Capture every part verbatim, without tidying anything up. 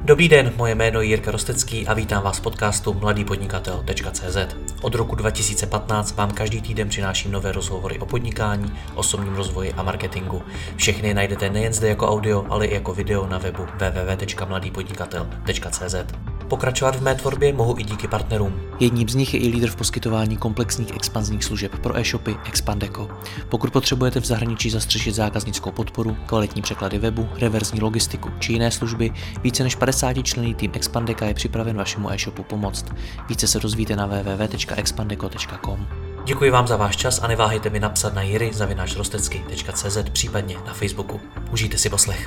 Dobrý den, moje jméno je Jirka Rostecký a vítám vás v podcastu mladý podnikatel tečka cé zet. Od roku dva tisíce patnáct vám každý týden přináším nové rozhovory o podnikání, osobním rozvoji a marketingu. Všechny najdete nejen zde jako audio, ale i jako video na webu w w w tečka mladý podnikatel tečka cé zet. Pokračovat v mé tvorbě mohu i díky partnerům. Jedním z nich je i lídr v poskytování komplexních expanzních služeb pro e-shopy Expandeco. Pokud potřebujete v zahraničí zastřešit zákaznickou podporu, kvalitní překlady webu, reverzní logistiku či jiné služby, více než padesátičlenný tým Expandeca je připraven vašemu e-shopu pomoct. Více se dozvíte na w w w tečka expandeco tečka com. Děkuji vám za váš čas a neváhejte mi napsat na jiry zavináč rostecky tečka cé zet, případně na Facebooku. Užijte si poslech.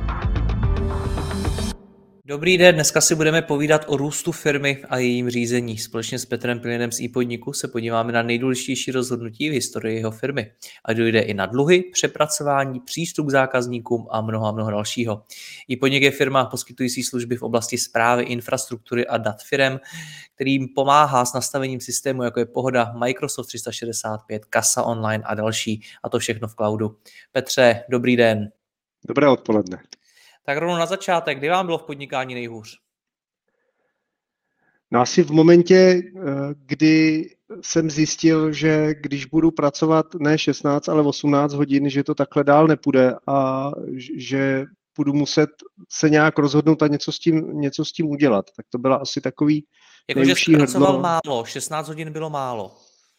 Dobrý den, dneska si budeme povídat o růstu firmy a jejím řízení. Společně s Petrem Pilinem z iPodniku se podíváme na nejdůležitější rozhodnutí v historii jeho firmy. A dojde i na dluhy, přepracování, přístup k zákazníkům a mnoho a mnoho dalšího. iPodnik je firma poskytující služby v oblasti správy, infrastruktury a dat firem, kterým pomáhá s nastavením systému, jako je Pohoda, Microsoft tři sta šedesát pět, Kasa online a další. A to všechno v cloudu. Petře, dobrý den. Dobré odpoledne. Tak rovnou na začátek, kdy vám bylo v podnikání nejhůř? No asi v momentě, kdy jsem zjistil, že když budu pracovat ne šestnáct, ale osmnáct hodin, že to takhle dál nepůjde a že budu muset se nějak rozhodnout a něco s tím, něco s tím udělat. Tak to byla asi takový Jakože jsi pracoval málo, šestnáct hodin bylo málo.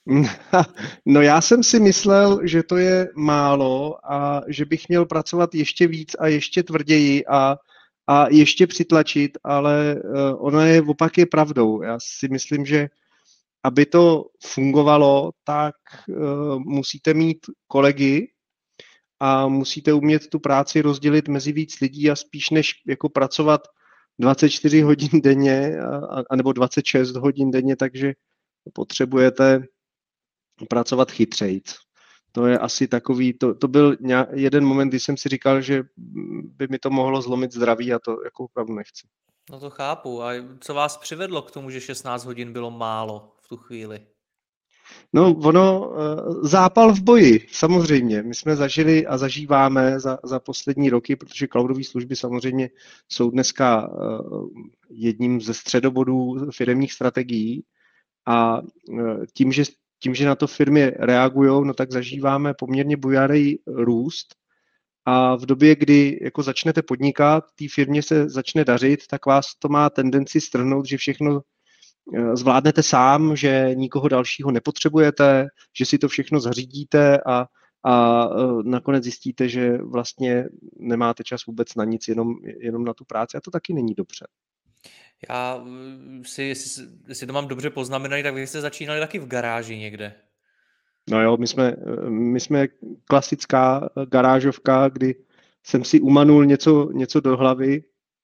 No já jsem si myslel, že to je málo a že bych měl pracovat ještě víc a ještě tvrději a, a ještě přitlačit, ale uh, ono je opak je pravdou. Já si myslím, že aby to fungovalo, tak uh, musíte mít kolegy a musíte umět tu práci rozdělit mezi víc lidí a spíš než jako pracovat dvacet čtyři hodin denně a, a, nebo dvacet šest hodin denně, takže potřebujete pracovat chytřejc. To je asi takový, to, to byl jeden moment, kdy jsem si říkal, že by mi to mohlo zlomit zdraví a to jako opravdu nechci. No to chápu. A co vás přivedlo k tomu, že šestnáct hodin bylo málo v tu chvíli? No ono, zápal v boji, samozřejmě. My jsme zažili a zažíváme za, za poslední roky, protože cloudové služby samozřejmě jsou dneska jedním ze středobodů firemních strategií a tím, že Tím, že na to firmy reagují, no tak zažíváme poměrně bujarý růst a v době, kdy jako začnete podnikat, té firmě se začne dařit, tak vás to má tendenci strhnout, že všechno zvládnete sám, že nikoho dalšího nepotřebujete, že si to všechno zařídíte a, a nakonec zjistíte, že vlastně nemáte čas vůbec na nic, jenom, jenom na tu práci a to taky není dobře. Já si, jestli, jestli to mám dobře poznamenaný, tak vy jste začínali taky v garáži někde. No jo, my jsme, my jsme klasická garážovka, kdy jsem si umanul něco, něco do hlavy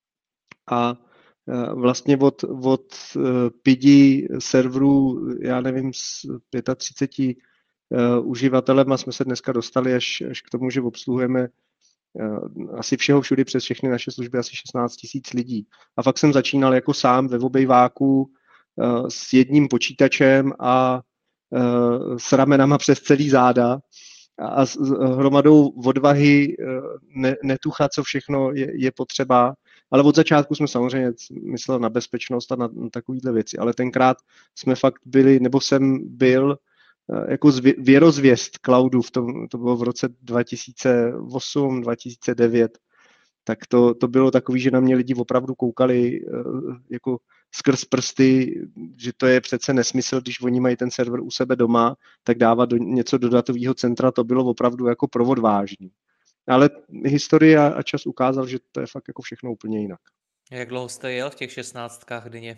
a vlastně od, od pidi serverů, já nevím, s třicet pěti uživatelem a jsme se dneska dostali až, až k tomu, že obsluhujeme asi všeho všudy přes všechny naše služby asi šestnáct tisíc lidí. A fakt jsem začínal jako sám ve obejváku s jedním počítačem a s ramenama přes celý záda a s hromadou odvahy ne, netuchat, co všechno je, je potřeba. Ale od začátku jsme samozřejmě mysleli na bezpečnost a na, na takovýhle věci. Ale tenkrát jsme fakt byli, nebo jsem byl jako věrozvěst cloudu, v tom, to bylo v roce dva tisíce osm, dva tisíce devět, tak to, to bylo takový, že na mě lidi opravdu koukali jako skrz prsty, že to je přece nesmysl, když oni mají ten server u sebe doma, tak dávat do, něco do datového centra, to bylo opravdu jako pro odvážný. Ale historie a čas ukázal, že to je fakt jako všechno úplně jinak. Jak dlouho jste jel v těch šestnáctkách denně?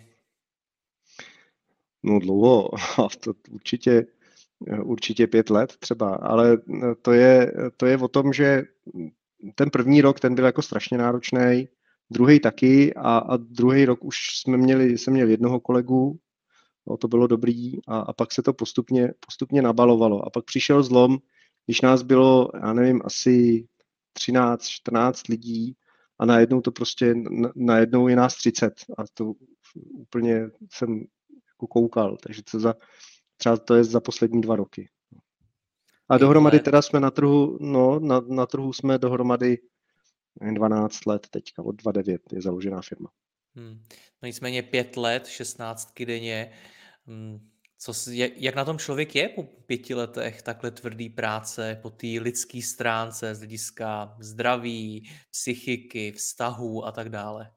No dlouho, to určitě určitě pět let třeba, ale to je, to je o tom, že ten první rok, ten byl jako strašně náročný, druhý taky a, a druhý rok už jsme měli, jsem měl jednoho kolegu, no, to bylo dobrý a, a pak se to postupně, postupně nabalovalo a pak přišel zlom, když nás bylo, já nevím, asi třináct, čtrnáct lidí a najednou to prostě, najednou je nás třicet a to úplně jsem jako koukal, takže to za třeba to je za poslední dva roky. A dohromady teda jsme na trhu, no, na, na trhu jsme dohromady dvanáct let teďka, od dva tisíce devět je založená firma. Hmm. No nicméně pět let, šestnáctky denně. Hmm. Co, jak na tom člověk je po pěti letech takhle tvrdý práce, po té lidské stránce z hlediska zdraví, psychiky, vztahů a tak dále?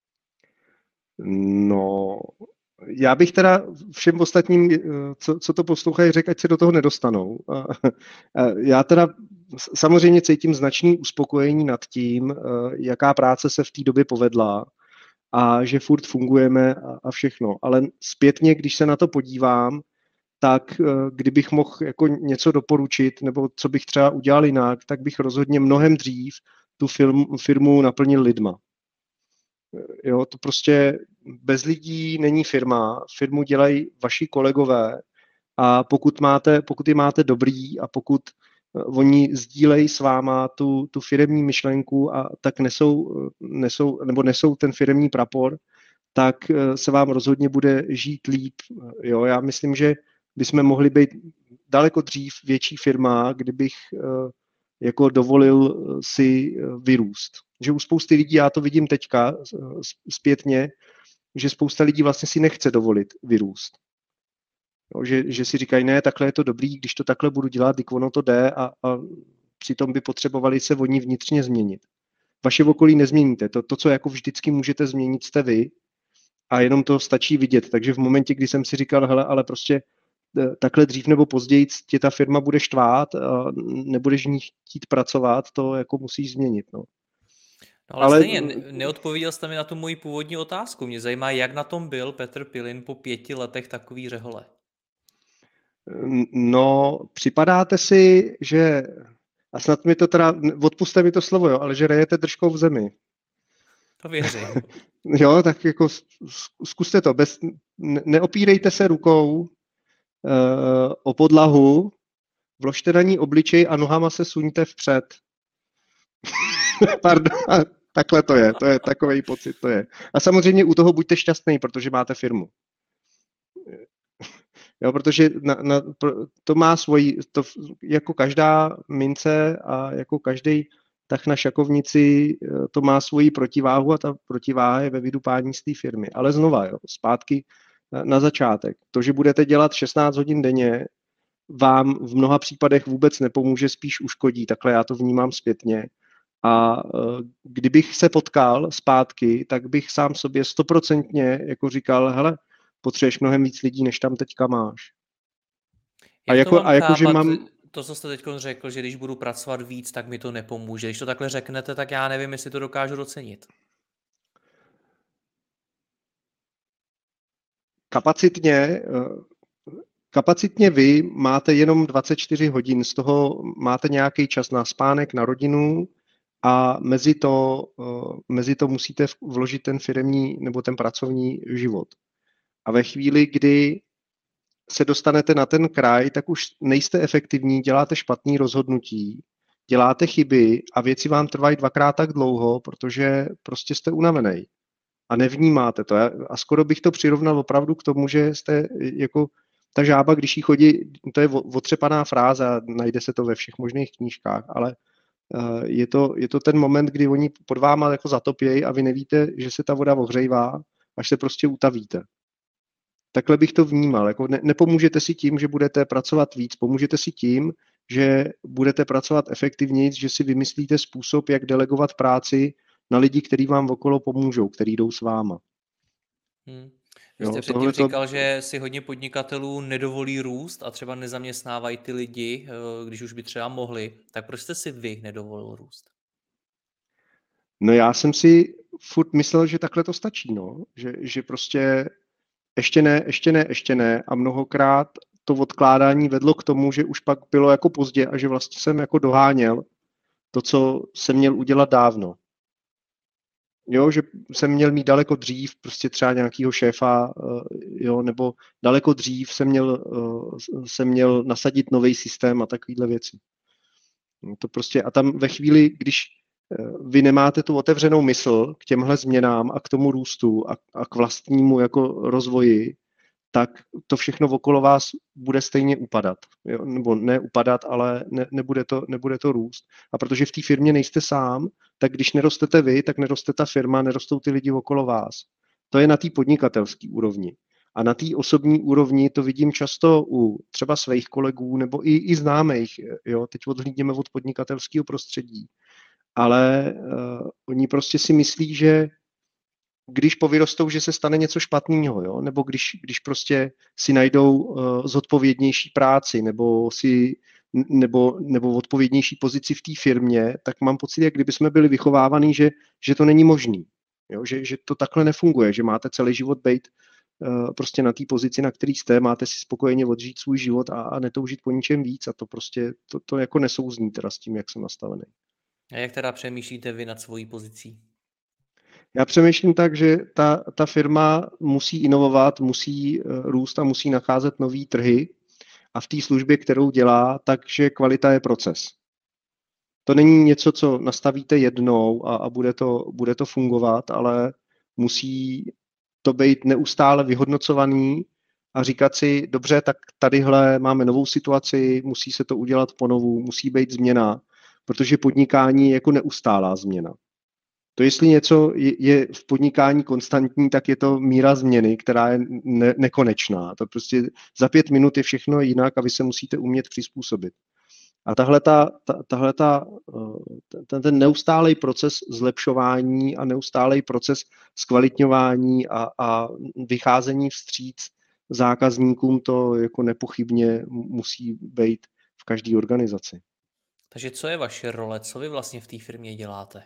No, já bych teda všem ostatním, co, co to poslouchají, řekl, ať se do toho nedostanou. Já teda samozřejmě cítím značný uspokojení nad tím, jaká práce se v té době povedla a že furt fungujeme a všechno. Ale zpětně, když se na to podívám, tak kdybych mohl jako něco doporučit, nebo co bych třeba udělal jinak, tak bych rozhodně mnohem dřív tu firmu, firmu naplnil lidma. Jo, to prostě bez lidí není firma. Firmu dělají vaši kolegové a pokud, máte, pokud je máte dobrý a pokud oni sdílejí s váma tu, tu firemní myšlenku a tak nesou, nesou, nebo nesou ten firemní prapor, tak se vám rozhodně bude žít líp. Jo, já myslím, že bychom mohli být daleko dřív větší firma, kdybych jako dovolil si vyrůst. Že u spousty lidí, já to vidím teďka zpětně, že spousta lidí vlastně si nechce dovolit vyrůst. Jo, že, že si říkají, ne, takhle je to dobrý, když to takhle budu dělat, když ono to jde a, a přitom by potřebovali se oni vnitřně změnit. Vaše okolí nezměníte. To, to, co jako vždycky můžete změnit, jste vy a jenom to stačí vidět. Takže v momentě, kdy jsem si říkal, hele, ale prostě takhle dřív nebo později tě ta firma bude štvát a nebudeš v ní chtít pracovat, to jako musíš změnit. No. No ale, ale stejně, neodpověděl jste mi na tu moji původní otázku. Mě zajímá, jak na tom byl Petr Pilin po pěti letech takový řehole. No, připadáte si, že, a snad mi to teda, odpuste mi to slovo, jo, ale že rejete držkou v zemi. To věřím. Jo, tak jako zkuste to. Bez, ne, neopírejte se rukou uh, o podlahu, vložte na ní obličej a nohama se suňte vpřed. Pardon, takhle to je, to je takový pocit, to je. A samozřejmě u toho buďte šťastný, protože máte firmu. Jo, protože na, na, to má svoji, to, jako každá mince a jako každý tah na šakovnici, to má svoji protiváhu a ta protiváha je ve vydupání z té firmy. Ale znova, jo, zpátky na, na začátek. To, že budete dělat šestnáct hodin denně, vám v mnoha případech vůbec nepomůže, spíš uškodí. Takhle já to vnímám zpětně. A kdybych se potkal zpátky, tak bych sám sobě stoprocentně jako říkal, hele, potřebuješ mnohem víc lidí, než tam teďka máš. Jak a jako, to mám a jako, že mám... To, co jste teď řekl, že když budu pracovat víc, tak mi to nepomůže. Když to takhle řeknete, tak já nevím, jestli to dokážu docenit. Kapacitně, kapacitně vy máte jenom dvacet čtyři hodin, z toho máte nějaký čas na spánek, na rodinu a mezi to, mezi to musíte vložit ten firemní nebo ten pracovní život. A ve chvíli, kdy se dostanete na ten kraj, tak už nejste efektivní, děláte špatný rozhodnutí, děláte chyby a věci vám trvají dvakrát tak dlouho, protože prostě jste unavený a nevnímáte to. A skoro bych to přirovnal opravdu k tomu, že jste jako ta žába, když jí chodí, to je otřepaná fráze, najde se to ve všech možných knížkách, ale je to, je to ten moment, kdy oni pod váma jako zatopějí a vy nevíte, že se ta voda ohřejvá, až se prostě utavíte. Takhle bych to vnímal. Jako ne, nepomůžete si tím, že budete pracovat víc, pomůžete si tím, že budete pracovat efektivněji, že si vymyslíte způsob, jak delegovat práci na lidi, kteří vám okolo pomůžou, kteří jdou s váma. Hmm. Vy jste jo, předtím tohleto... říkal, že si hodně podnikatelů nedovolí růst a třeba nezaměstnávají ty lidi, když už by třeba mohli. Tak proč jste si vy nedovolil růst? No já jsem si furt myslel, že takhle to stačí, no. Že, že prostě ještě ne, ještě ne, ještě ne a mnohokrát to odkládání vedlo k tomu, že už pak bylo jako pozdě a že vlastně jsem jako doháněl to, co jsem měl udělat dávno. Jo, že jsem měl mít daleko dřív prostě třeba nějakýho šéfa, jo, nebo daleko dřív jsem měl, jsem měl nasadit nový systém a takovýhle věci. To prostě, a tam ve chvíli, když vy nemáte tu otevřenou mysl k těmhle změnám a k tomu růstu a, a k vlastnímu jako rozvoji, tak to všechno okolo vás bude stejně upadat. Jo? Nebo ne upadat, ale ne, nebude, to, nebude to růst. A protože v té firmě nejste sám, tak když nerostete vy, tak neroste ta firma, nerostou ty lidi okolo vás. To je na té podnikatelské úrovni. A na té osobní úrovni to vidím často u třeba svých kolegů nebo i, i známých. Jo? Teď odhlídněme od podnikatelského prostředí. Ale uh, oni prostě si myslí, že když povyrostou, že se stane něco špatného, jo? Nebo když, když prostě si najdou uh, zodpovědnější práci nebo si nebo, nebo odpovědnější pozici v té firmě, tak mám pocit, jak kdyby jsme byli vychovávaní, že, že to není možný. Jo? Že, že to takhle nefunguje, že máte celý život být uh, prostě na té pozici, na který jste, máte si spokojeně odžít svůj život a, a netoužit po ničem víc a to prostě to, to jako nesouzní teda s tím, jak jsem nastavený. A jak teda přemýšlíte vy nad svojí pozicí? Já přemýšlím tak, že ta, ta firma musí inovovat, musí růst a musí nacházet nový trhy a v té službě, kterou dělá, takže kvalita je proces. To není něco, co nastavíte jednou a, a bude, to, bude to fungovat, ale musí to být neustále vyhodnocovaný a říkat si, dobře, tak tadyhle máme novou situaci, musí se to udělat ponovu, musí být změna, protože podnikání je jako neustálá změna. To jestli něco je v podnikání konstantní, tak je to míra změny, která je ne- nekonečná. To prostě za pět minut je všechno jinak a vy se musíte umět přizpůsobit. A tahle ta, ta, tahle ta, ten, ten neustálej proces zlepšování a neustálej proces zkvalitňování a, a vycházení vstříc zákazníkům, to jako nepochybně musí být v každé organizaci. Takže co je vaše role? Co vy vlastně v té firmě děláte?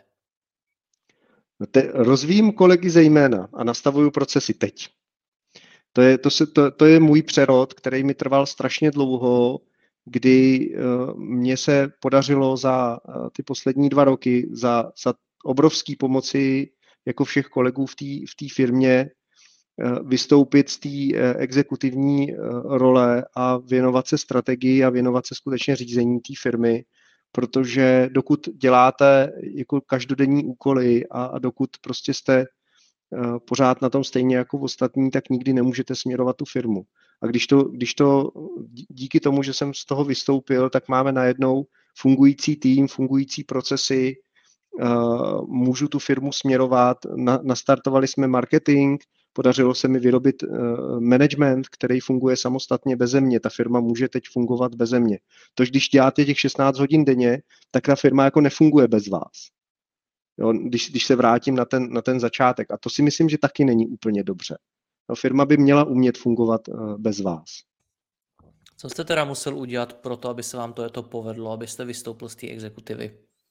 Te, rozvíjím kolegy zejména a nastavuju procesy teď. To je, to, se, to, to je můj přerod, který mi trval strašně dlouho, kdy uh, mně se podařilo za uh, ty poslední dva roky, za, za obrovský pomoci jako všech kolegů v té v té firmě, uh, vystoupit z té uh, exekutivní uh, role a věnovat se strategii a věnovat se skutečně řízení té firmy, protože dokud děláte jako každodenní úkoly a, a dokud prostě jste uh, pořád na tom stejně jako ostatní, tak nikdy nemůžete směrovat tu firmu. A když to, když to díky tomu, že jsem z toho vystoupil, tak máme najednou fungující tým, fungující procesy, uh, můžu tu firmu směrovat, na, nastartovali jsme marketing, podařilo se mi vyrobit uh, management, který funguje samostatně beze mě. Ta firma může teď fungovat beze mě. To, když děláte těch šestnáct hodin denně, tak ta firma jako nefunguje bez vás. Jo, když, když se vrátím na ten, na ten začátek. A to si myslím, že taky není úplně dobře. No, firma by měla umět fungovat uh, bez vás. Co jste teda musel udělat pro to, aby se vám to, to povedlo, abyste vystoupil z té exekutivy?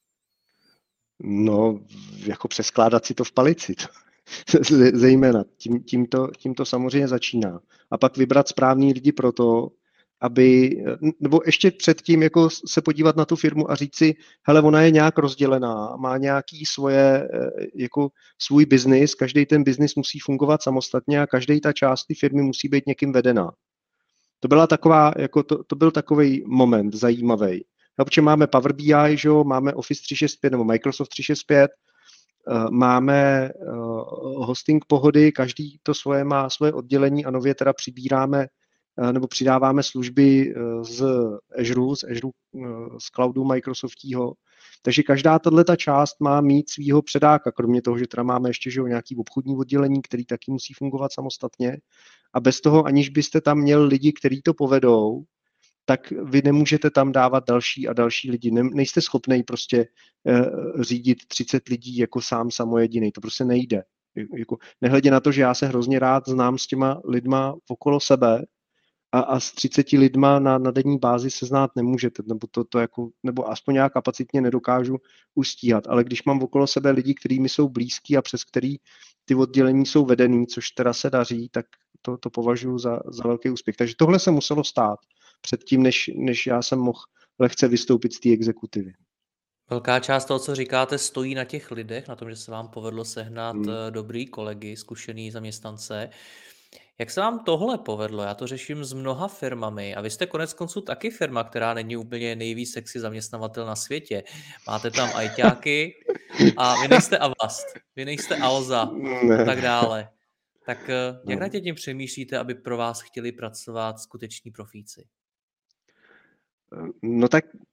No, jako přeskládat si to v palici. Zejména. Tím, tím, to, tím to samozřejmě začíná. A pak vybrat správný lidi pro to, aby, nebo ještě předtím jako se podívat na tu firmu a říct si, hele, ona je nějak rozdělená, má nějaký svoje, jako svůj biznis, každý ten biznis musí fungovat samostatně a každý ta část té firmy musí být někým vedená. To byla taková, jako to, to byl takový moment zajímavý. No, protože máme Power B I, že jo, máme Office tři šest pět nebo Microsoft tři šest pět, máme hosting pohody, každý to svoje má svoje oddělení a nově teda přibíráme nebo přidáváme služby z Azure, z Azure, z cloudu Microsoftího. Takže každá tato část má mít svýho předáka, kromě toho, že teda máme ještě že jo, nějaký obchodní oddělení, který taky musí fungovat samostatně. A bez toho, aniž byste tam měl lidi, kteří to povedou, tak vy nemůžete tam dávat další a další lidi. Ne, nejste schopný prostě uh, řídit třicet lidí jako sám samojediný. To prostě nejde. Jako, nehledě na to, že já se hrozně rád znám s těma lidma okolo sebe a, a s třiceti lidma na, na denní bázi se znát nemůžete, nebo, to, to jako, nebo aspoň nějak kapacitně nedokážu ustíhat. Ale když mám okolo sebe lidi, kteří mi jsou blízký a přes který ty oddělení jsou vedený, což teda se daří, tak to, to považuji za, za velký úspěch. Takže tohle se muselo stát předtím, než, než já jsem mohl lehce vystoupit z té exekutivy. Velká část toho, co říkáte, stojí na těch lidech, na tom, že se vám povedlo sehnat hmm. dobrý kolegy, zkušený zaměstnance. Jak se vám tohle povedlo? Já to řeším s mnoha firmami a vy jste konec konců taky firma, která není úplně nejvíc sexy zaměstnavatel na světě. Máte tam ajťáky a vy nejste Avast, vy nejste Alza a tak dále. Tak jak na tím přemýšlíte, aby pro vás chtěli pracovat skuteční profíci? No tak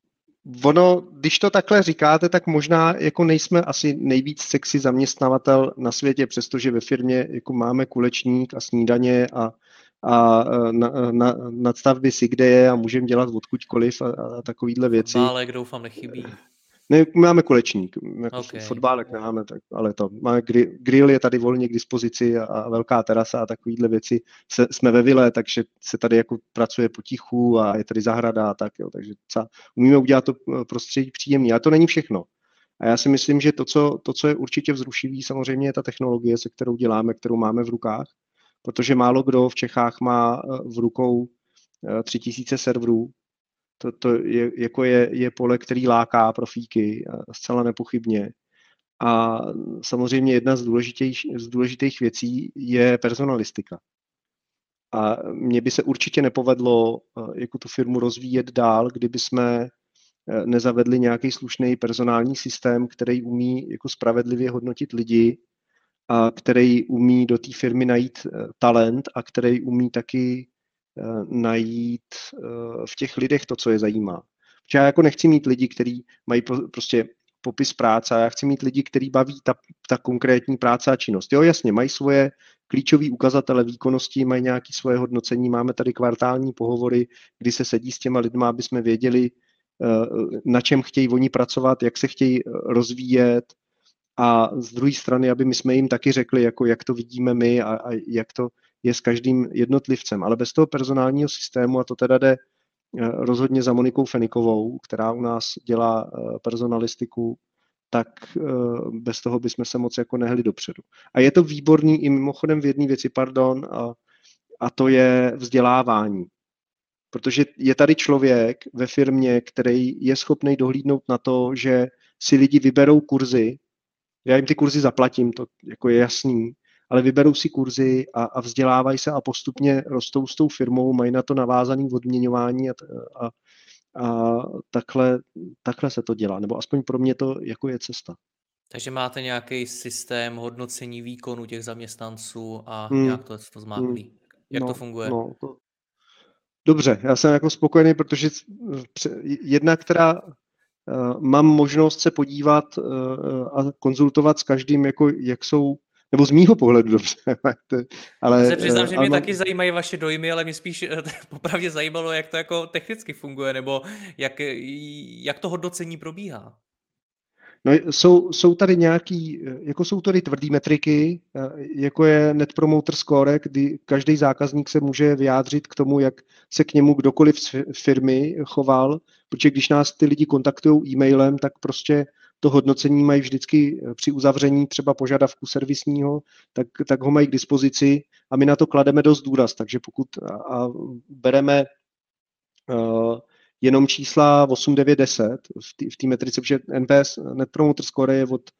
ono, když to takhle říkáte, tak možná jako nejsme asi nejvíc sexy zaměstnavatel na světě, přestože ve firmě jako máme kulečník a snídaně a, a na, na, nadstavby sickdaye a můžeme dělat odkudkoliv a, a takovýhle věci. Fotbálek doufám nechybí. Ne, máme kulečník, jako Okay. fotbálek nemáme, tak, ale to máme grill, grill je tady volně k dispozici a, a velká terasa a takovýhle věci. Se, jsme ve vile, takže se tady jako pracuje potichu a je tady zahrada a tak, jo, takže ca, umíme udělat to prostředí příjemný, ale to není všechno. A já si myslím, že to, co, to, co je určitě vzrušivý, samozřejmě je ta technologie, se kterou děláme, kterou máme v rukách, protože málo kdo v Čechách má v rukou tři tisíce serverů. To, to je, jako je, je pole, který láká profíky, zcela nepochybně. A samozřejmě jedna z důležitých, z důležitých věcí je personalistika. A mně by se určitě nepovedlo jako tu firmu rozvíjet dál, kdyby jsme nezavedli nějaký slušný personální systém, který umí jako spravedlivě hodnotit lidi a který umí do té firmy najít talent a který umí taky najít v těch lidech to, co je zajímá. Protože já jako nechci mít lidi, kteří mají prostě popis práce, a já chci mít lidi, který baví ta, ta konkrétní práce a činnost. Jo, jasně, mají svoje klíčové ukazatele výkonnosti, mají nějaké svoje hodnocení, máme tady kvartální pohovory, kdy se sedí s těma lidma, aby jsme věděli, na čem chtějí oni pracovat, jak se chtějí rozvíjet, a z druhé strany, aby my jsme jim taky řekli, jako jak to vidíme my a, a jak to je s každým jednotlivcem. Ale bez toho personálního systému, a to teda jde rozhodně za Monikou Fenikovou, která u nás dělá personalistiku, tak bez toho bychom se moc jako nehli dopředu. A je to výborný i mimochodem v jedné věci, pardon, a, a to je vzdělávání. Protože je tady člověk ve firmě, který je schopný dohlídnout na to, že si lidi vyberou kurzy, já jim ty kurzy zaplatím, to jako je jasný, ale vyberou si kurzy a, a vzdělávají se a postupně rostou s tou firmou, mají na to navázané odměňování a, a, a takhle, takhle se to dělá, nebo aspoň pro mě to jako je cesta. Takže máte nějaký systém hodnocení výkonu těch zaměstnanců a hmm, nějak to, to zmáklí. Hmm. Jak no, to funguje? No, to... Dobře, já jsem jako spokojený, protože jedna, která uh, mám možnost se podívat uh, a konzultovat s každým, jako jak jsou, nebo z mýho pohledu dobře. Ale, já se přiznám, že mě mám... taky zajímají vaše dojmy, ale mě spíš popravdě zajímalo, jak to jako technicky funguje, nebo jak, jak to hodnocení probíhá. No, jsou, jsou tady nějaký, jako jsou tady tvrdý metriky, jako je Net Promoter Score, kdy každý zákazník se může vyjádřit k tomu, jak se k němu kdokoliv z firmy choval, protože když nás ty lidi kontaktují e-mailem, tak prostě to hodnocení mají vždycky při uzavření třeba požadavku servisního, tak, tak ho mají k dispozici a my na to klademe dost důraz, takže pokud a, a bereme uh, jenom čísla osm, devět, deset v té metrice, protože N P S, Net Promoter Score, je od,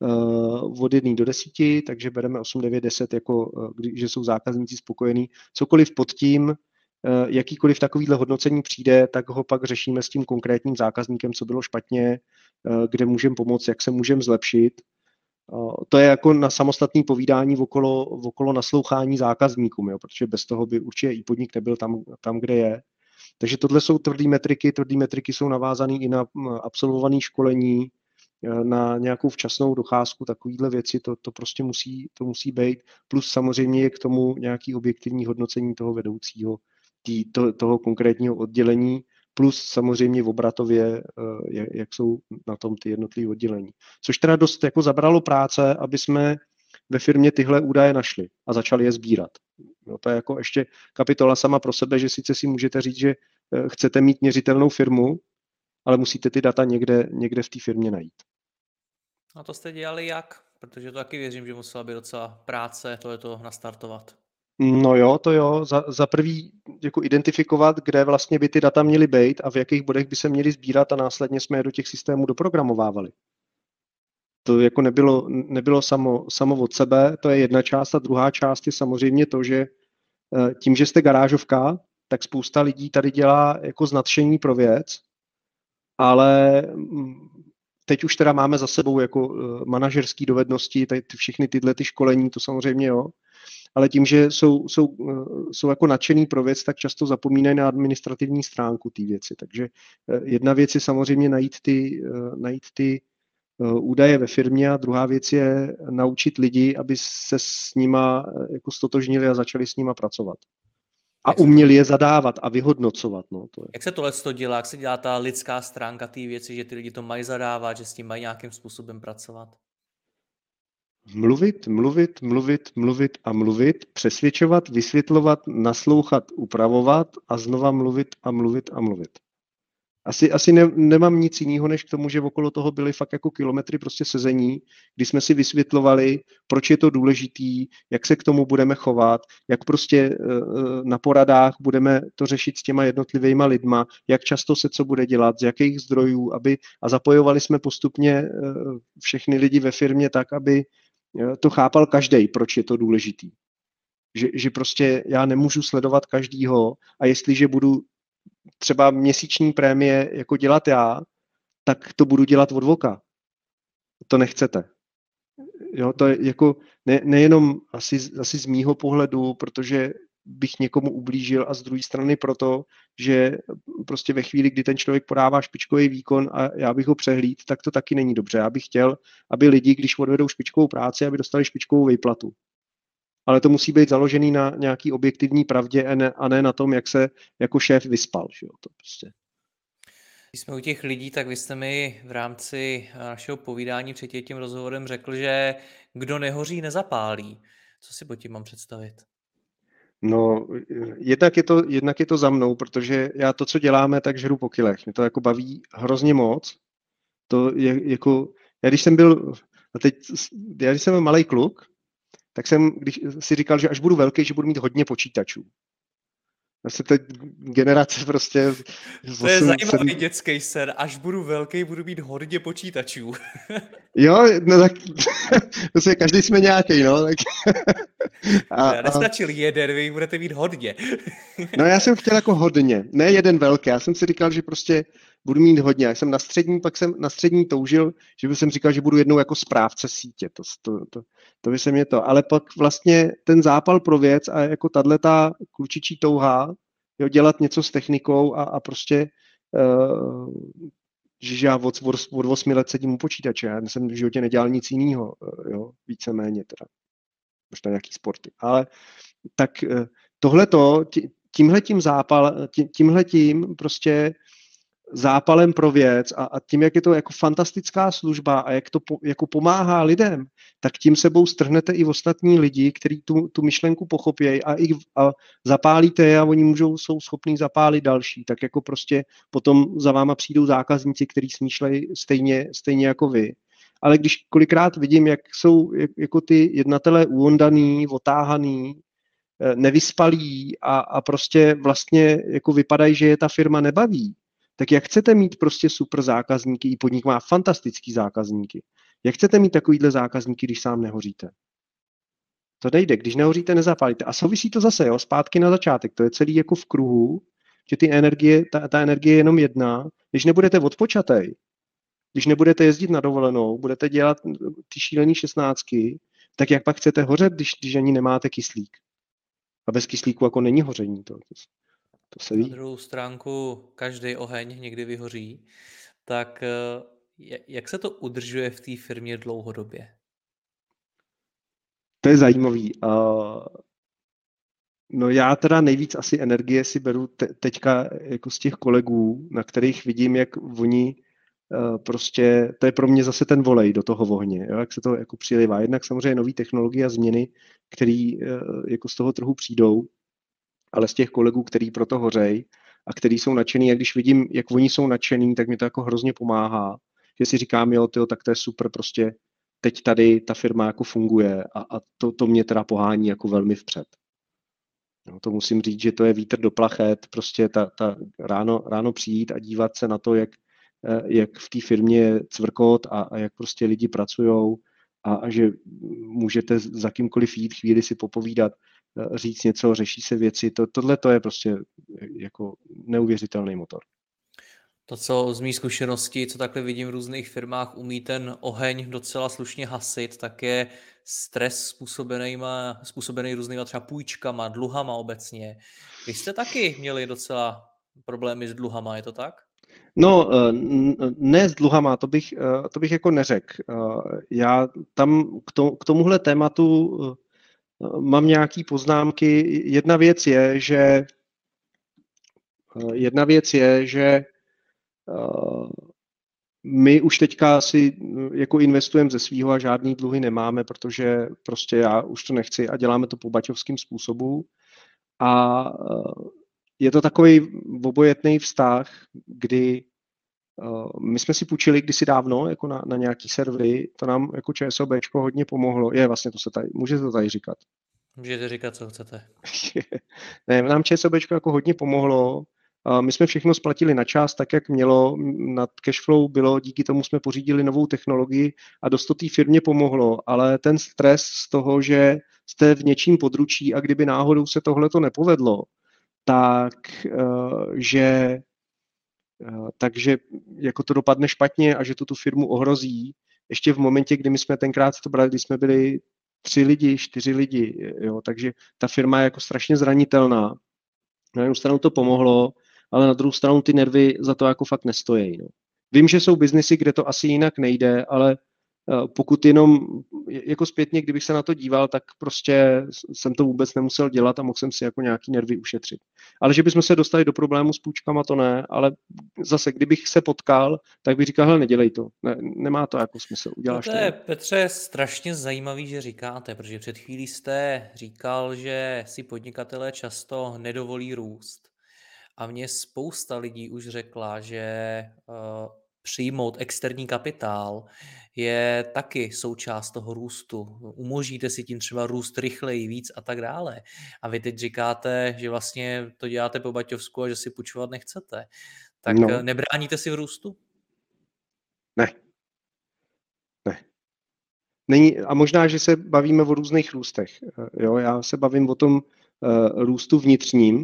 uh, od jedné do deseti, takže bereme osm, devět, deset, jako, uh, kdy, že jsou zákazníci spokojení. Cokoliv pod tím, uh, jakýkoliv takovýhle hodnocení přijde, tak ho pak řešíme s tím konkrétním zákazníkem, co bylo špatně, uh, kde můžeme pomoct, jak se můžeme zlepšit. Uh, to je jako na samostatné povídání okolo, okolo naslouchání zákazníkům, jo, protože bez toho by určitě i podnik nebyl tam, tam kde je. Takže tohle jsou tvrdé metriky. Tvrdé metriky jsou navázané i na absolvované školení, na nějakou včasnou docházku, takovýhle věci, to, to prostě musí, to musí být. Plus samozřejmě je k tomu nějaký objektivní hodnocení toho vedoucího, tý, to, toho konkrétního oddělení, plus samozřejmě v obratově, jak jsou na tom ty jednotlivé oddělení. Což teda dost jako zabralo práce, aby jsme ve firmě tyhle údaje našli a začali je sbírat. No, to je jako ještě kapitola sama pro sebe, že sice si můžete říct, že chcete mít měřitelnou firmu, ale musíte ty data někde, někde v té firmě najít. A to jste dělali jak? Protože to taky věřím, že musela být docela práce tohleto nastartovat. No jo, to jo. Za, za prvý jako identifikovat, kde vlastně by ty data měly být a v jakých bodech by se měly sbírat a následně jsme je do těch systémů doprogramovávali. To jako nebylo, nebylo samo, samo od sebe, to je jedna část a druhá část je samozřejmě to, že tím, že jste garážovka, tak spousta lidí tady dělá jako znadšení pro věc, ale teď už teda máme za sebou jako manažerské dovednosti, tady všechny tyhle ty školení, to samozřejmě jo, ale tím, že jsou, jsou, jsou jako nadšený pro věc, tak často zapomínají na administrativní stránku té věci. Takže jedna věc je samozřejmě najít ty, najít ty údaje ve firmě a druhá věc je naučit lidi, aby se s nima jako stotožnili a začali s nima pracovat. A uměli je zadávat a vyhodnocovat. No, to je. Jak se tohle to dělá? Jak se dělá ta lidská stránka té věci, že ty lidi to mají zadávat, že s tím mají nějakým způsobem pracovat? Mluvit, mluvit, mluvit, mluvit a mluvit, přesvědčovat, vysvětlovat, naslouchat, upravovat a znova mluvit a mluvit a mluvit. Asi, asi ne, nemám nic jiného, než k tomu, že okolo toho byly fakt jako kilometry prostě sezení, kdy jsme si vysvětlovali, proč je to důležitý, jak se k tomu budeme chovat, jak prostě na poradách budeme to řešit s těma jednotlivýma lidma, jak často se co bude dělat, z jakých zdrojů, aby, a zapojovali jsme postupně všechny lidi ve firmě tak, aby to chápal každej, proč je to důležitý. Že, že prostě já nemůžu sledovat každýho a jestliže budu třeba měsíční prémie jako dělat já, tak to budu dělat od voka. To nechcete. Jo, to je jako ne, nejenom asi, asi z mýho pohledu, protože bych někomu ublížil a z druhé strany proto, že prostě ve chvíli, kdy ten člověk podává špičkový výkon a já bych ho přehlíd, tak to taky není dobře. Já bych chtěl, aby lidi, když odvedou špičkovou práci, aby dostali špičkovou výplatu. Ale to musí být založený na nějaký objektivní pravdě a ne, a ne na tom, jak se jako šéf vyspal. Že jo? To prostě. Když jsme u těch lidí, tak vy jste mi v rámci našeho povídání před tím rozhovorem řekl, že kdo nehoří, nezapálí. Co si pod tím mám představit? No, jednak je to, jednak je to za mnou, protože já to, co děláme, tak žeru po kilech. Mě to jako baví hrozně moc. To je jako, já když jsem byl, a teď, já když jsem byl malej kluk, tak jsem když si říkal, že až budu velký, že budu mít hodně počítačů. Vlastně teď generace prostě... To je zajímavý dětský sen. Až budu velký, budu mít hodně počítačů. Jo, no tak prostě každý jsme nějaký, no. Tak. A, já nestačil a... jeden, vy budete mít hodně. No já jsem chtěl jako hodně, ne jeden velký. Já jsem si říkal, že prostě budu mít hodně. Já jsem na střední, pak jsem na střední toužil, že bych jsem říkal, že budu jednou jako správce sítě. To, to, to, to by se mě to. Ale pak vlastně ten zápal pro věc a jako tato klučičí touha, jo, dělat něco s technikou a, a prostě uh, že já od, od, od osmi let sedím u počítače. Já jsem v životě nedělal nic jiného, jo, víceméně teda. Možná nějaký sporty. Ale tak tohleto, tímhletím zápal, tímhletím prostě zápalem pro věc a, a tím, jak je to jako fantastická služba a jak to po, jako pomáhá lidem, tak tím sebou strhnete i ostatní lidi, kteří tu, tu myšlenku pochopějí a, a zapálíte je a oni můžou, jsou schopní zapálit další. Tak jako prostě potom za váma přijdou zákazníci, kteří smýšlejí stejně, stejně jako vy. Ale když kolikrát vidím, jak jsou jako ty jednatelé uondaný, otáhaný, nevyspalí a, a prostě vlastně jako vypadají, že je ta firma nebaví, tak jak chcete mít prostě super zákazníky, i podnik má fantastický zákazníky, jak chcete mít takovýhle zákazníky, když sám nehoříte? To nejde, když nehoříte, nezapálíte. A souvisí to zase, jo, zpátky na začátek, to je celý jako v kruhu, že ty energie, ta, ta energie je jenom jedna, když nebudete odpočatej, když nebudete jezdit na dovolenou, budete dělat ty šílený šestnáctky, tak jak pak chcete hořet, když, když ani nemáte kyslík? A bez kyslíku jako není hoření. To, to, to se ví. Na druhou stránku každý oheň někdy vyhoří. Tak jak se to udržuje v té firmě dlouhodobě? To je zajímavý. Uh, no já teda nejvíc asi energie si beru te, teďka jako z těch kolegů, na kterých vidím, jak oni prostě, to je pro mě zase ten volej do toho ohně, jo, jak se to jako přilivá. Jednak samozřejmě nové technologie a změny, které jako z toho trhu přijdou, ale z těch kolegů, který pro to hořej a který jsou nadšený, a když vidím, jak oni jsou nadšený, tak mi to jako hrozně pomáhá, že si říkám, jo, tyjo, tak to je super, prostě teď tady ta firma jako funguje a, a to, to mě teda pohání jako velmi vpřed. No, to musím říct, že to je vítr do plachet, prostě ta, ta ráno, ráno přijít a dívat se na to, jak jak v té firmě je cvrkot a, a jak prostě lidi pracujou a, a že můžete za kýmkoliv jít, chvíli si popovídat, říct něco, řeší se věci. To, tohle to je prostě jako neuvěřitelný motor. To, co z mý zkušenosti, co takhle vidím v různých firmách, umí ten oheň docela slušně hasit, tak je stres způsobenýma, způsobený různýma třeba půjčkama, dluhama obecně. Vy jste taky měli docela problémy s dluhama, je to tak? No, ne s dluhama, to bych, to bych jako neřekl. Já tam k, to, k tomuhle tématu mám nějaké poznámky. Jedna věc je, že jedna věc je, že my už teďka si jako investujeme ze svýho a žádný dluhy nemáme, protože prostě já už to nechci a děláme to po baťovským způsobu. A je to takový obojetný vztah, kdy my jsme si půjčili kdysi dávno jako na, na nějaký servery, to nám jako ČSOBčko hodně pomohlo. Je, vlastně to se tady, můžete to tady říkat. Můžete říkat, co chcete. Ne, nám ČSOBčko jako hodně pomohlo. My jsme všechno splatili na čas, tak jak mělo. Nad cashflow bylo, díky tomu jsme pořídili novou technologii a dost to té firmě pomohlo. Ale ten stres z toho, že jste v něčím područí a kdyby náhodou se tohle to nepovedlo, tak že takže jako to dopadne špatně a že to tu firmu ohrozí. Ještě v momentě, kdy my jsme tenkrát to brali, kdy jsme byli tři lidi, čtyři lidi, jo, takže ta firma je jako strašně zranitelná. Na jednu stranu to pomohlo, ale na druhou stranu ty nervy za to jako fakt nestojí. No. Vím, že jsou biznesy, kde to asi jinak nejde, ale pokud jenom jako zpětně, kdybych se na to díval, tak prostě jsem to vůbec nemusel dělat a mohl jsem si jako nějaký nervy ušetřit. Ale že bychom se dostali do problému s půjčkama, to ne, ale zase, kdybych se potkal, tak bych říkal, hele, nedělej to, ne, nemá to jako smysl, uděláš to. To je, Petře, strašně zajímavý, že říkáte, protože před chvílí jste říkal, že si podnikatelé často nedovolí růst. A mě spousta lidí už řekla, že uh, přijmout externí kapitál je taky součást toho růstu. Umožníte si tím třeba růst rychleji, víc a tak dále. A vy teď říkáte, že vlastně to děláte po baťovsku a že si půjčovat nechcete. Tak no. Nebráníte si v růstu? Ne. Ne. Není, a možná, že se bavíme o různých růstech. Jo, já se bavím o tom uh, růstu vnitřním,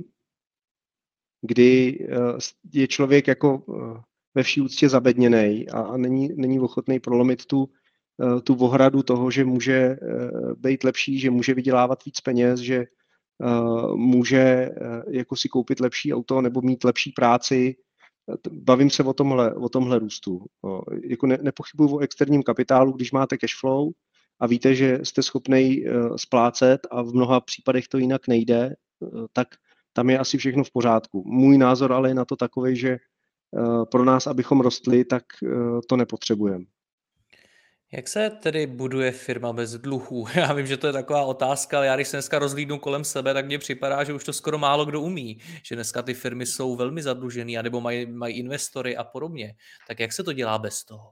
kdy uh, je člověk jako uh, ve vší úctě zabedněnej a, a není, není ochotný prolomit tu, uh, tu ohradu toho, že může uh, být lepší, že může vydělávat víc peněz, že uh, může uh, jako si koupit lepší auto nebo mít lepší práci. Bavím se o tomhle, o tomhle růstu. Uh, jako ne, nepochybuju o externím kapitálu, když máte cash flow a víte, že jste schopný uh, splácet a v mnoha případech to jinak nejde, uh, tak tam je asi všechno v pořádku. Můj názor ale je na to takový, že pro nás, abychom rostli, tak to nepotřebujeme. Jak se tedy buduje firma bez dluhů? Já vím, že to je taková otázka, ale já když se dneska rozhlídnu kolem sebe, tak mně připadá, že už to skoro málo kdo umí. Že dneska ty firmy jsou velmi zadlužený, anebo mají, mají investory a podobně. Tak jak se to dělá bez toho?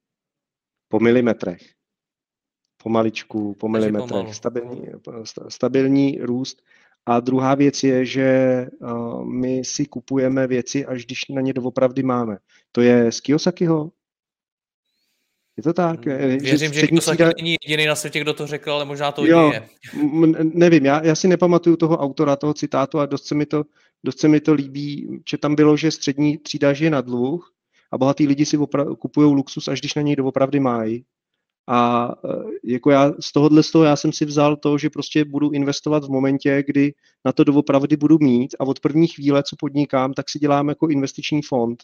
Po milimetrech. Pomaličku, po milimetrech. Stabilní, stabilní růst. A druhá věc je, že uh, my si kupujeme věci, až když na ně doopravdy máme. To je z Kiyosakiho? Je to tak? Věřím, že, že Kiyosaki třída... není jediný na světě, kdo to řekl, ale možná to jo, je. Nevím, já, já si nepamatuju toho autora, toho citátu a dost se mi to, dost se mi to líbí, že tam bylo, že střední třída žije na dluh a bohatý lidi si opra- kupují luxus, až když na něj doopravdy mají. A jako já z tohohle z toho já jsem si vzal to, že prostě budu investovat v momentě, kdy na to doopravdy budu mít a od první chvíle, co podnikám, tak si dělám jako investiční fond.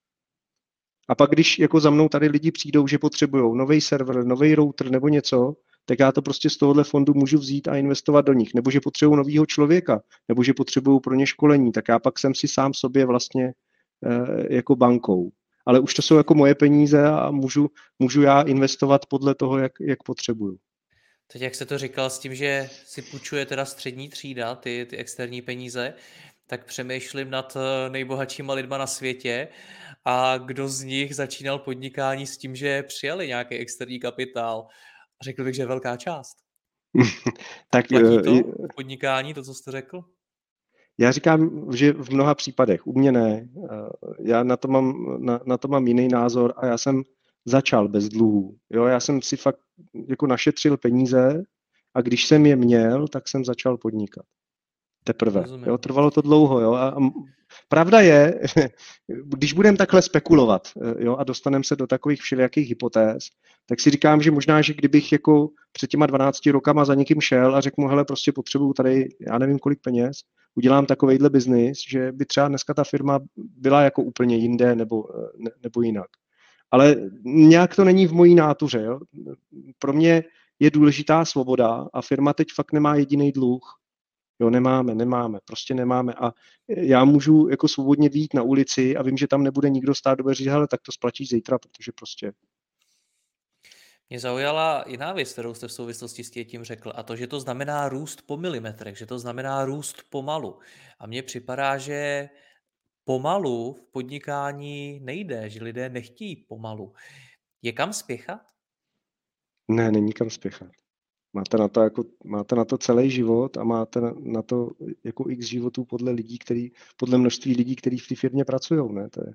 A pak, když jako za mnou tady lidi přijdou, že potřebují nový server, nový router nebo něco, tak já to prostě z tohohle fondu můžu vzít a investovat do nich. Nebo že potřebují novýho člověka, nebo že potřebují pro ně školení, tak já pak jsem si sám sobě vlastně e, jako bankou. Ale už to jsou jako moje peníze a můžu, můžu já investovat podle toho, jak, jak potřebuju. Teď jak jste to říkal s tím, že si půjčuje teda střední třída, ty, ty externí peníze, tak přemýšlím nad nejbohatšíma lidma na světě a kdo z nich začínal podnikání s tím, že přijali nějaký externí kapitál. Řekl bych, že je velká část. tak platí to podnikání, to, co jste řekl? Já říkám, že v mnoha případech, u mě ne. Já na to mám, na, na to mám jiný názor a já jsem začal bez dluhů. Jo, já jsem si fakt jako našetřil peníze a když jsem je měl, tak jsem začal podnikat. teprve. Rozumím. Jo, trvalo to dlouho. Jo, a, a pravda je, když budeme takhle spekulovat, jo, a dostaneme se do takových všelijakých hypotéz, tak si říkám, že možná, že kdybych jako před těma dvanácti rokama za někým šel a řekl mu, hele, prostě potřebuju tady, já nevím kolik peněz, udělám takovejhle biznis, že by třeba dneska ta firma byla jako úplně jinde nebo, ne, nebo jinak. Ale nějak to není v mojí nátuře. Jo. Pro mě je důležitá svoboda a firma teď fakt nemá jediný dluh. Jo, nemáme, nemáme, prostě nemáme. A já můžu jako svobodně vyjít na ulici a vím, že tam nebude nikdo stát do dveří, hele, tak to splatíš zítra, protože prostě... Mě zaujala jiná věc, kterou jste v souvislosti s tím řekl, a to, že to znamená růst po milimetrech, že to znamená růst pomalu. A mně připadá, že pomalu v podnikání nejde, že lidé nechtějí pomalu. Je kam spěchat? Ne, není kam spěchat. Máte na to, jako, máte na to celý život a máte na, na to jako x životů podle lidí, který, podle množství lidí, kteří v té firmě pracují. Ne? To je,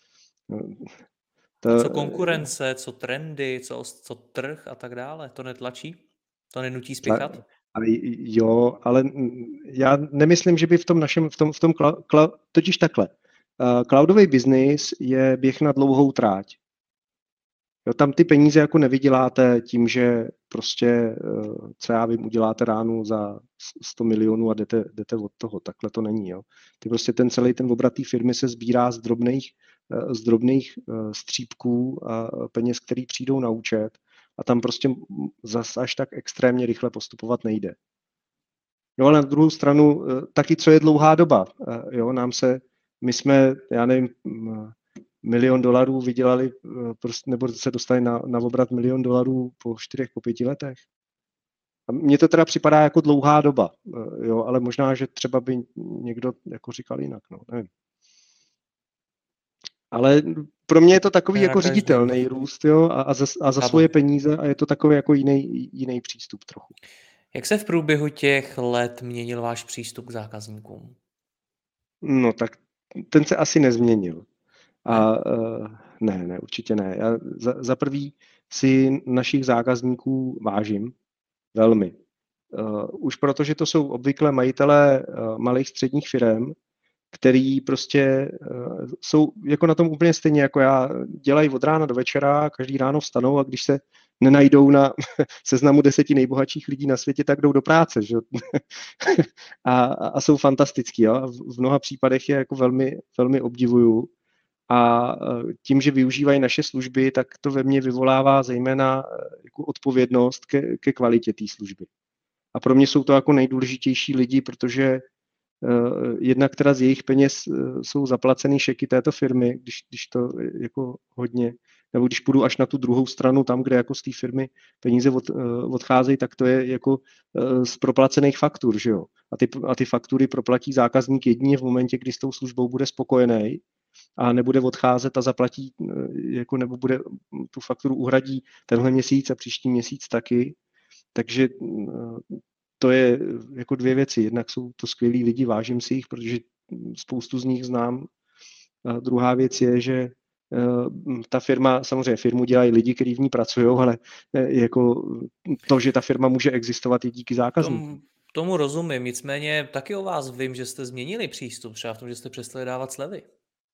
to, co konkurence, co trendy, co, co trh a tak dále, to netlačí? To nenutí spěchat? Ale jo, ale já nemyslím, že by v tom našem, v tom, v tom cloud, cloud, totiž takhle. Uh, cloudový biznis je běh na dlouhou tráť. Jo, tam ty peníze jako nevyděláte tím, že prostě, uh, co já vím, uděláte ránu za sto milionů a jdete, jdete od toho. Takhle to není. Jo. Ty prostě ten celý ten obrat té firmy se sbírá z drobných, uh, z drobných uh, střípků a peněz, který přijdou na účet. A tam prostě zas až tak extrémně rychle postupovat nejde. Jo, ale na druhou stranu taky, co je dlouhá doba. Jo, nám se, my jsme, já nevím, milion dolarů vydělali, nebo se dostali na, na obrat milion dolarů po čtyřech, po pěti letech. A mně to teda připadá jako dlouhá doba, jo, ale možná, že třeba by někdo jako říkal jinak, no, nevím. Ale pro mě je to takový ne, jako ředitelný růst, jo, a, a za, a za svoje peníze a je to takový jako jiný, jiný přístup trochu. Jak se v průběhu těch let měnil váš přístup k zákazníkům? No tak ten se asi nezměnil. A ne, uh, ne, ne určitě ne. Já za, za prvý si našich zákazníků vážím velmi. Uh, už protože to jsou obvykle majitelé uh, malých středních firem, který prostě uh, jsou jako na tom úplně stejně jako já, dělají od rána do večera, každý ráno vstanou a když se nenajdou na seznamu deseti nejbohatších lidí na světě, tak jdou do práce. Že? a, a jsou fantastický. Jo? V mnoha případech je jako velmi, velmi obdivuju. A tím, že využívají naše služby, tak to ve mně vyvolává zejména jako odpovědnost ke, ke kvalitě té služby. A pro mě jsou to jako nejdůležitější lidi, protože Uh, jednak teda z jejich peněz uh, jsou zaplacený šeky této firmy, když, když to jako hodně, nebo když půjdu až na tu druhou stranu, tam, kde jako z té firmy peníze od, uh, odcházejí, tak to je jako uh, z proplacených faktur, že jo. A ty, a ty faktury proplatí zákazník jedině v momentě, kdy s tou službou bude spokojený a nebude odcházet a zaplatí, uh, jako nebo bude tu fakturu uhradí tenhle měsíc a příští měsíc taky. Takže uh, to je jako dvě věci. Jednak jsou to skvělí lidi, vážím si jich, protože spoustu z nich znám. A druhá věc je, že ta firma, samozřejmě firmu dělají lidi, kteří v ní pracují, ale jako to, že ta firma může existovat, je díky zákazníkům. Tom, tomu rozumím, nicméně taky o vás vím, že jste změnili přístup, třeba v tom, že jste přestali dávat slevy.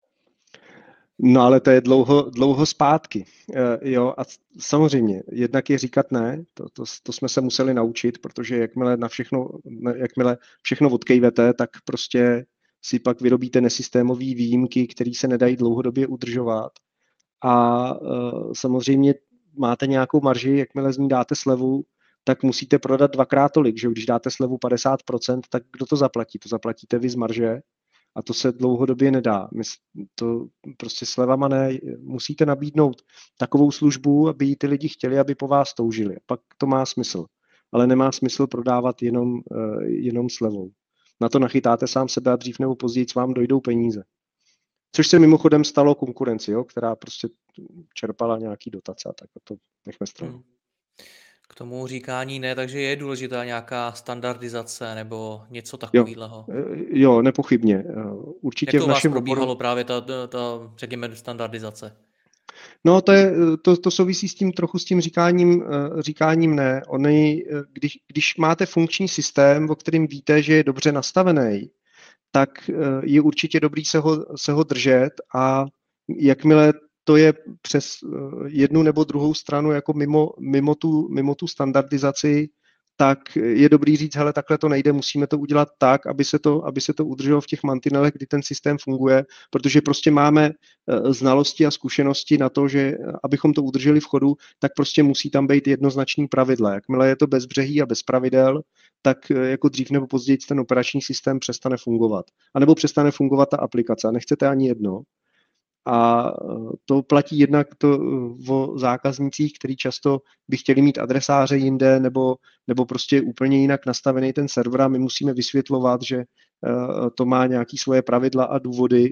No ale to je dlouho, dlouho zpátky. E, jo, a samozřejmě, jednak je říkat ne, to, to, to jsme se museli naučit, protože jakmile na všechno, jakmile všechno odkejvete, tak prostě si pak vyrobíte nesystémové výjimky, které se nedají dlouhodobě udržovat. A e, samozřejmě máte nějakou marži, jakmile z ní dáte slevu, tak musíte prodat dvakrát tolik, že když dáte slevu padesát procent, tak kdo to zaplatí? To zaplatíte vy z marže. A to se dlouhodobě nedá. My to prostě slevama ne, musíte nabídnout takovou službu, aby ty lidi chtěli, aby po vás toužili. Pak to má smysl. Ale nemá smysl prodávat jenom, jenom slevou. Na to nachytáte sám sebe a dřív nebo později vám dojdou peníze. Což se mimochodem stalo konkurenci, jo, která prostě čerpala nějaký dotace, tak to nechme stranou. Hmm. K tomu říkání ne, takže je důležitá nějaká standardizace nebo něco takového. Jo, jo, nepochybně. Určitě Jak to v našem vás probíhalo oboru... právě ta, ta, řekněme, standardizace? No, to, je, to, to souvisí s tím trochu s tím říkáním, říkáním ne. Ony, když, když máte funkční systém, o kterým víte, že je dobře nastavený, tak je určitě dobrý se ho, se ho držet a jakmile to je přes jednu nebo druhou stranu jako mimo, mimo, tu, mimo tu standardizaci, tak je dobrý říct, hele, takhle to nejde, musíme to udělat tak, aby se to, aby se to udrželo v těch mantinelech, kdy ten systém funguje, protože prostě máme znalosti a zkušenosti na to, že abychom to udrželi v chodu, tak prostě musí tam být jednoznačný pravidla. Jakmile je to bezbřehý a bez pravidel, tak jako dřív nebo později ten operační systém přestane fungovat. A nebo přestane fungovat ta aplikace. A nechcete ani jedno. A to platí jednak to o zákaznících, kteří často by chtěli mít adresáře jinde nebo, nebo prostě úplně jinak nastavený ten server a my musíme vysvětlovat, že to má nějaké svoje pravidla a důvody.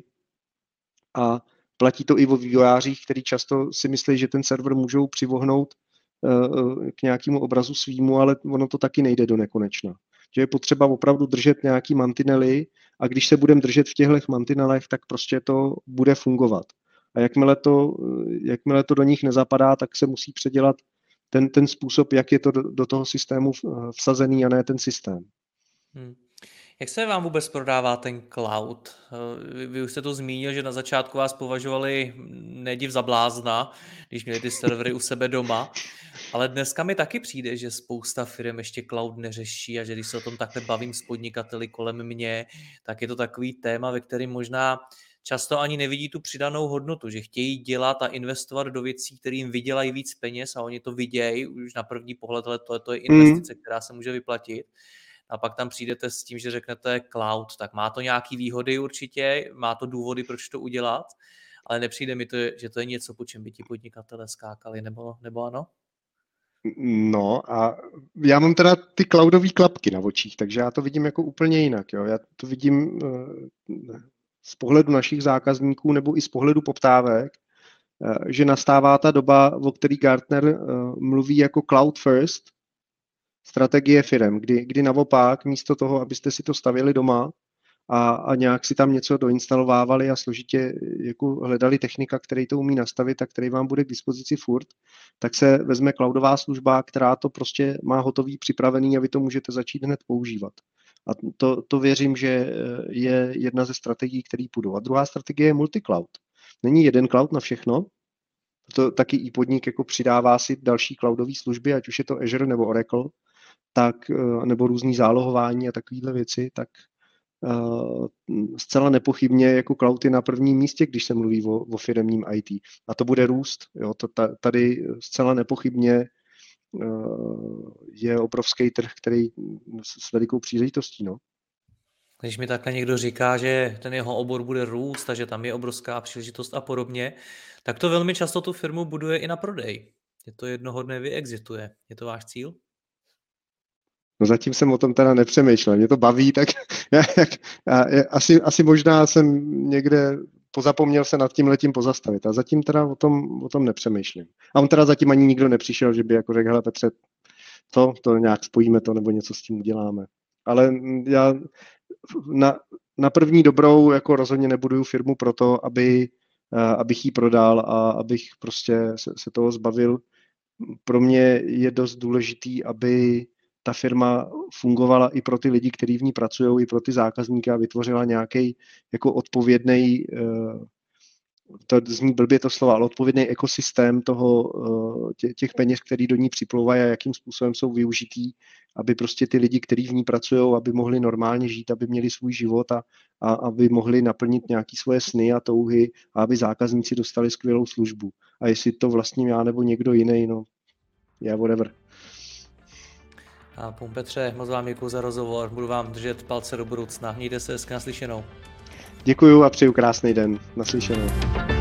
A platí to i o vývojářích, kteří často si myslí, že ten server můžou přivohnout k nějakému obrazu svýmu, ale ono to taky nejde do nekonečna. Že je potřeba opravdu držet nějaký mantinely a když se budeme držet v těchto mantinelech, tak prostě to bude fungovat. A jakmile to, jakmile to do nich nezapadá, tak se musí předělat ten, ten způsob, jak je to do, do toho systému vsazený a ne ten systém. Hmm. Jak se vám vůbec prodává ten cloud? Vy už jste to zmínil, že na začátku vás považovali nediv za blázna, když měli ty servery u sebe doma, ale dneska mi taky přijde, že spousta firm ještě cloud neřeší a že když se o tom takhle bavím s podnikateli kolem mě, tak je to takový téma, ve kterém možná často ani nevidí tu přidanou hodnotu, že chtějí dělat a investovat do věcí, které jim vydělají víc peněz a oni to vidějí už na první pohled, ale to, to je investice, mm. která se může vyplatit. A pak tam přijdete s tím, že řeknete cloud, tak má to nějaký výhody určitě, má to důvody, proč to udělat, ale nepřijde mi to, že to je něco, po čem by ti podnikatelé skákali, nebo, nebo ano? No a já mám teda ty cloudové klapky na očích, takže já to vidím jako úplně jinak. Jo. Já to vidím z pohledu našich zákazníků nebo i z pohledu poptávek, že nastává ta doba, o který Gartner mluví jako cloud first, strategie firem, kdy, kdy naopak místo toho, abyste si to stavěli doma a, a nějak si tam něco doinstalovávali a složitě jako hledali technika, který to umí nastavit a který vám bude k dispozici furt, tak se vezme cloudová služba, která to prostě má hotový, připravený a vy to můžete začít hned používat. A to, to věřím, že je jedna ze strategií, které půjdou. A druhá strategie je multicloud. Není jeden cloud na všechno, to taky i podnik jako přidává si další cloudové služby, ať už je to Azure nebo Oracle, tak, nebo různý zálohování a takovéhle věci, tak uh, zcela nepochybně jako cloud je na prvním místě, když se mluví o, o firemním í té. A to bude růst. Jo? To, tady zcela nepochybně uh, je obrovský trh, který s velikou příležitostí. No. Když mi takhle někdo říká, že ten jeho obor bude růst a že tam je obrovská příležitost a podobně, tak to velmi často tu firmu buduje i na prodej. Je to jednoho dne vyexituje. Je to váš cíl? No zatím jsem o tom teda nepřemýšlel. Mě to baví, tak já, jak, já, asi, asi možná jsem někde pozapomněl se nad tím letím pozastavit. A zatím teda o tom, o tom nepřemýšlím. A on teda zatím ani nikdo nepřišel, že by jako řekl, hele Petře, to, to nějak spojíme to, nebo něco s tím uděláme. Ale já na, na první dobrou jako rozhodně nebuduju firmu proto, aby, abych ji prodal a abych prostě se, se toho zbavil. Pro mě je dost důležitý, aby ta firma fungovala i pro ty lidi, kteří v ní pracují, i pro ty zákazníky a vytvořila nějaký jako odpovědný, to zní blbě to slova, ale odpovědný ekosystém toho, těch peněz, který do ní připlouvají a jakým způsobem jsou využitý, aby prostě ty lidi, kteří v ní pracují, aby mohli normálně žít, aby měli svůj život a, a aby mohli naplnit nějaké svoje sny a touhy a aby zákazníci dostali skvělou službu. A jestli to vlastním já nebo někdo jiný, no, yeah, whatever. A pán Petře, moc vám děkuji za rozhovor, budu vám držet palce do budoucna. Mějte se hezky, naslyšenou. Děkuju a přeju krásný den. Naslyšenou.